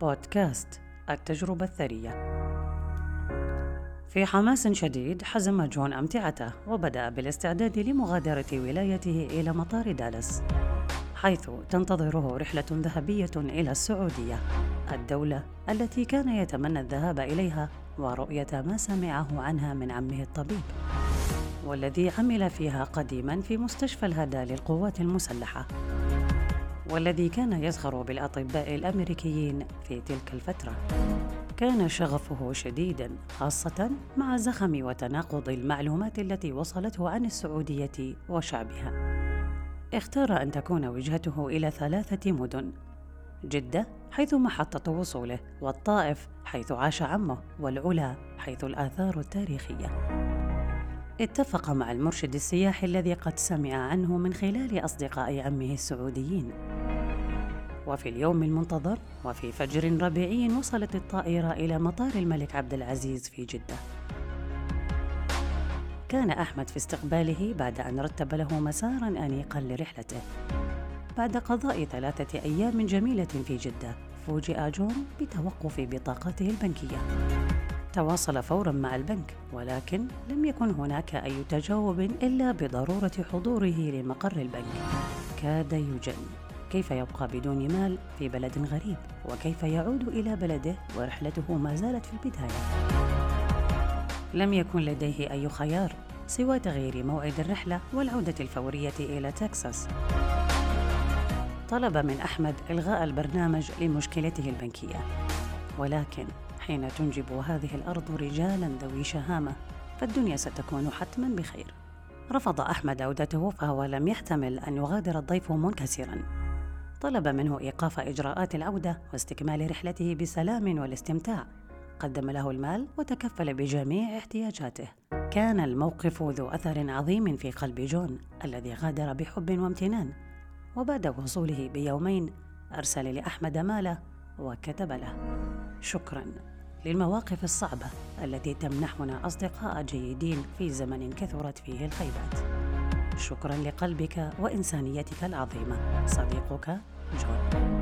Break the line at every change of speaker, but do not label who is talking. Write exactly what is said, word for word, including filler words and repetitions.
بودكاست التجربة الثرية. في حماس شديد حزم جون أمتعته وبدأ بالاستعداد لمغادرة ولايته إلى مطار دالاس، حيث تنتظره رحلة ذهبية إلى السعودية، الدولة التي كان يتمنى الذهاب إليها ورؤية ما سمعه عنها من عمه الطبيب، والذي عمل فيها قديماً في مستشفى الهدى للقوات المسلحة، والذي كان يزخر بالأطباء الأمريكيين في تلك الفترة. كان شغفه شديداً، خاصة مع زخم وتناقض المعلومات التي وصلته عن السعودية وشعبها. اختار أن تكون وجهته إلى ثلاثة مدن: جدة حيث محطة وصوله، والطائف حيث عاش عمه، والعلا حيث الآثار التاريخية. اتفق مع المرشد السياحي الذي قد سمع عنه من خلال أصدقاء عمه السعوديين، وفي اليوم المنتظر وفي فجر ربيعي وصلت الطائرة إلى مطار الملك عبد العزيز في جدة. كان أحمد في استقباله بعد أن رتب له مساراً أنيقاً لرحلته. بعد قضاء ثلاثة أيام جميلة في جدة، فوجئ جون بتوقف بطاقته البنكية. تواصل فوراً مع البنك، ولكن لم يكن هناك أي تجاوب إلا بضرورة حضوره لمقر البنك. كاد يجن. كيف يبقى بدون مال في بلد غريب؟ وكيف يعود إلى بلده ورحلته ما زالت في البداية؟ لم يكن لديه أي خيار سوى تغيير موعد الرحلة والعودة الفورية إلى تكساس. طلب من أحمد إلغاء البرنامج لمشكلته البنكية، ولكن حين تنجب هذه الأرض رجالاً ذوي شهامة فالدنيا ستكون حتماً بخير. رفض أحمد عودته، فهو لم يحتمل أن يغادر الضيف منكسراً. طلب منه إيقاف إجراءات العودة واستكمال رحلته بسلام والاستمتاع. قدم له المال وتكفل بجميع احتياجاته. كان الموقف ذو أثر عظيم في قلب جون الذي غادر بحب وامتنان، وبعد وصوله بيومين أرسل لأحمد ماله وكتب له: شكراً للمواقف الصعبة التي تمنحنا أصدقاء جيدين في زمن كثرت فيه الخيبات. شكراً لقلبك وإنسانيتك العظيمة. صديقك جون.